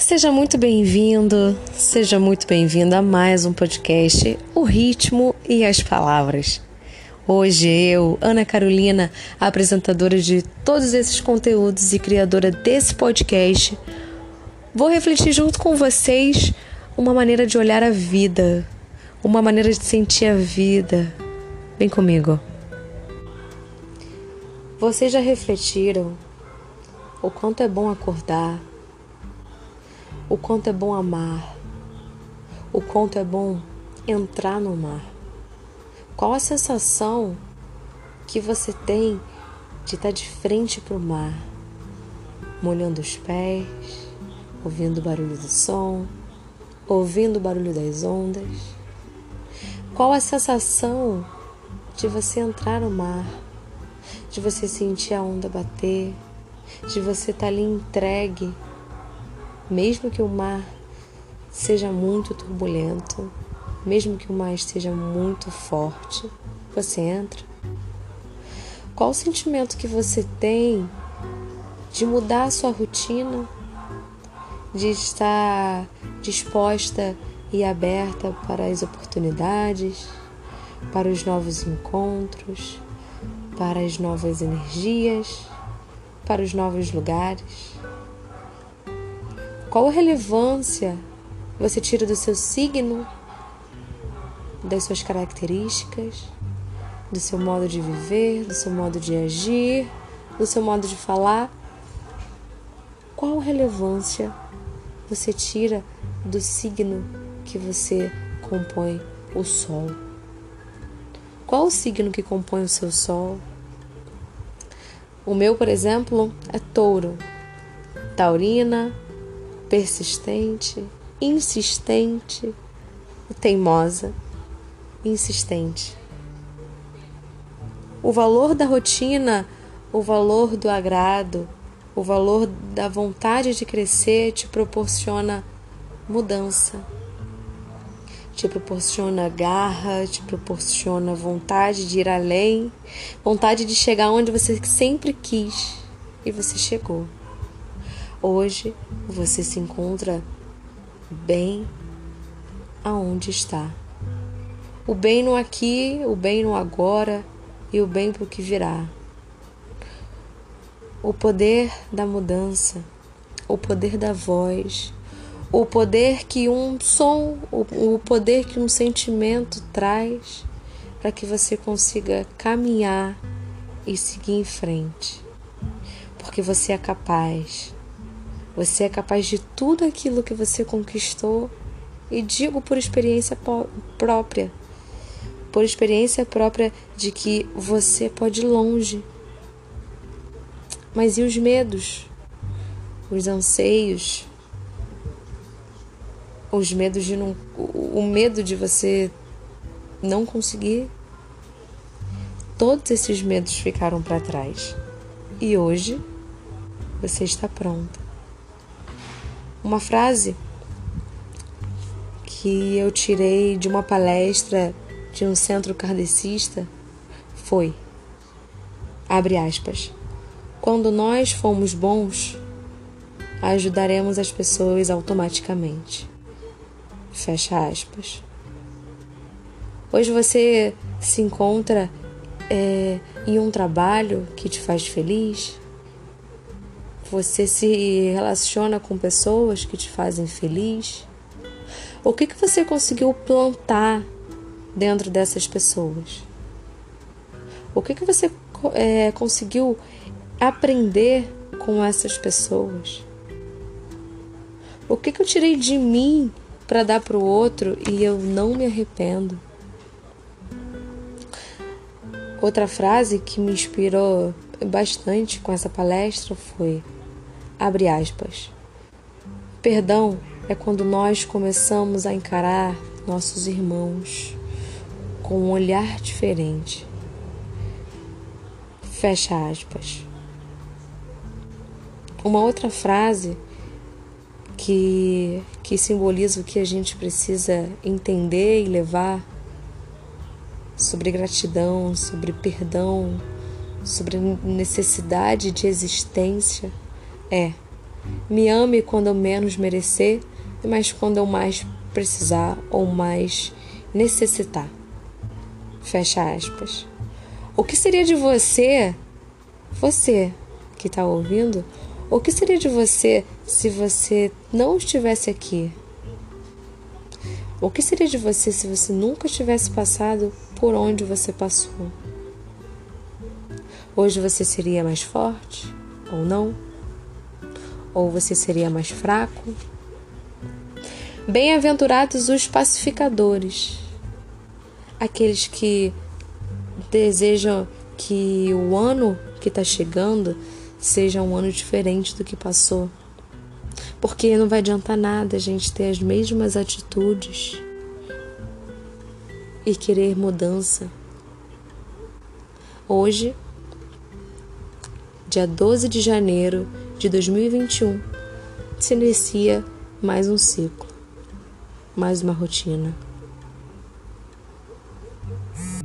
Seja muito bem-vindo, seja muito bem-vinda a mais um podcast, O Ritmo e as Palavras. Hoje eu, Ana Carolina, apresentadora de todos esses conteúdos e criadora desse podcast, vou refletir junto com vocês uma maneira de olhar a vida, uma maneira de sentir a vida. Vem comigo. Vocês já refletiram o quanto é bom acordar? O quanto é bom amar, o quanto é bom entrar no mar. Qual a sensação que você tem de estar de frente para o mar, molhando os pés, ouvindo o barulho do som, ouvindo o barulho das ondas? Qual a sensação de você entrar no mar, de você sentir a onda bater, de você estar ali entregue? Mesmo que o mar seja muito turbulento, mesmo que o mar esteja muito forte, você entra. Qual o sentimento que você tem de mudar a sua rotina, de estar disposta e aberta para as oportunidades, para os novos encontros, para as novas energias, para os novos lugares? Qual a relevância você tira do seu signo, das suas características, do seu modo de viver, do seu modo de agir, do seu modo de falar? Qual a relevância você tira do signo que você compõe, o Sol? Qual o signo que compõe o seu Sol? O meu, por exemplo, é Touro, taurina, persistente, insistente, teimosa, insistente. O valor da rotina, o valor do agrado, o valor da vontade de crescer te proporciona mudança, te proporciona garra, te proporciona vontade de ir além, vontade de chegar onde você sempre quis e você chegou. Hoje você se encontra bem aonde está. O bem no aqui, o bem no agora e o bem para o que virá. O poder da mudança, o poder da voz, o poder que um som, o poder que um sentimento traz para que você consiga caminhar e seguir em frente. Porque você é capaz. Você é capaz de tudo aquilo que você conquistou, e digo por experiência própria. Por experiência própria de que você pode ir longe. Mas e os medos? Os anseios? Os medos de não, o medo de você não conseguir? Todos esses medos ficaram para trás. E hoje você está pronta. Uma frase que eu tirei de uma palestra de um centro kardecista foi, abre aspas, quando nós formos bons, ajudaremos as pessoas automaticamente. Fecha aspas. Hoje você se encontra em um trabalho que te faz feliz? Você se relaciona com pessoas que te fazem feliz? O que você conseguiu plantar dentro dessas pessoas? O que você conseguiu aprender com essas pessoas? O que eu tirei de mim para dar para o outro e eu não me arrependo? Outra frase que me inspirou bastante com essa palestra foi, abre aspas, perdão é quando nós começamos a encarar nossos irmãos com um olhar diferente. Fecha aspas. Uma outra frase que simboliza o que a gente precisa entender e levar sobre gratidão, sobre perdão, sobre necessidade de existência é: Me ame quando eu menos merecer, mas quando eu mais precisar ou mais necessitar. Fecha aspas. O que seria de você que está ouvindo, o que seria de você se você não estivesse aqui? O que seria de você se você nunca tivesse passado por onde você passou? Hoje você seria mais forte ou não? Ou você seria mais fraco? Bem-aventurados os pacificadores, aqueles que desejam que o ano que está chegando seja um ano diferente do que passou. Porque não vai adiantar nada a gente ter as mesmas atitudes e querer mudança. Hoje, dia 12 de janeiro de 2021, se inicia mais um ciclo, mais uma rotina.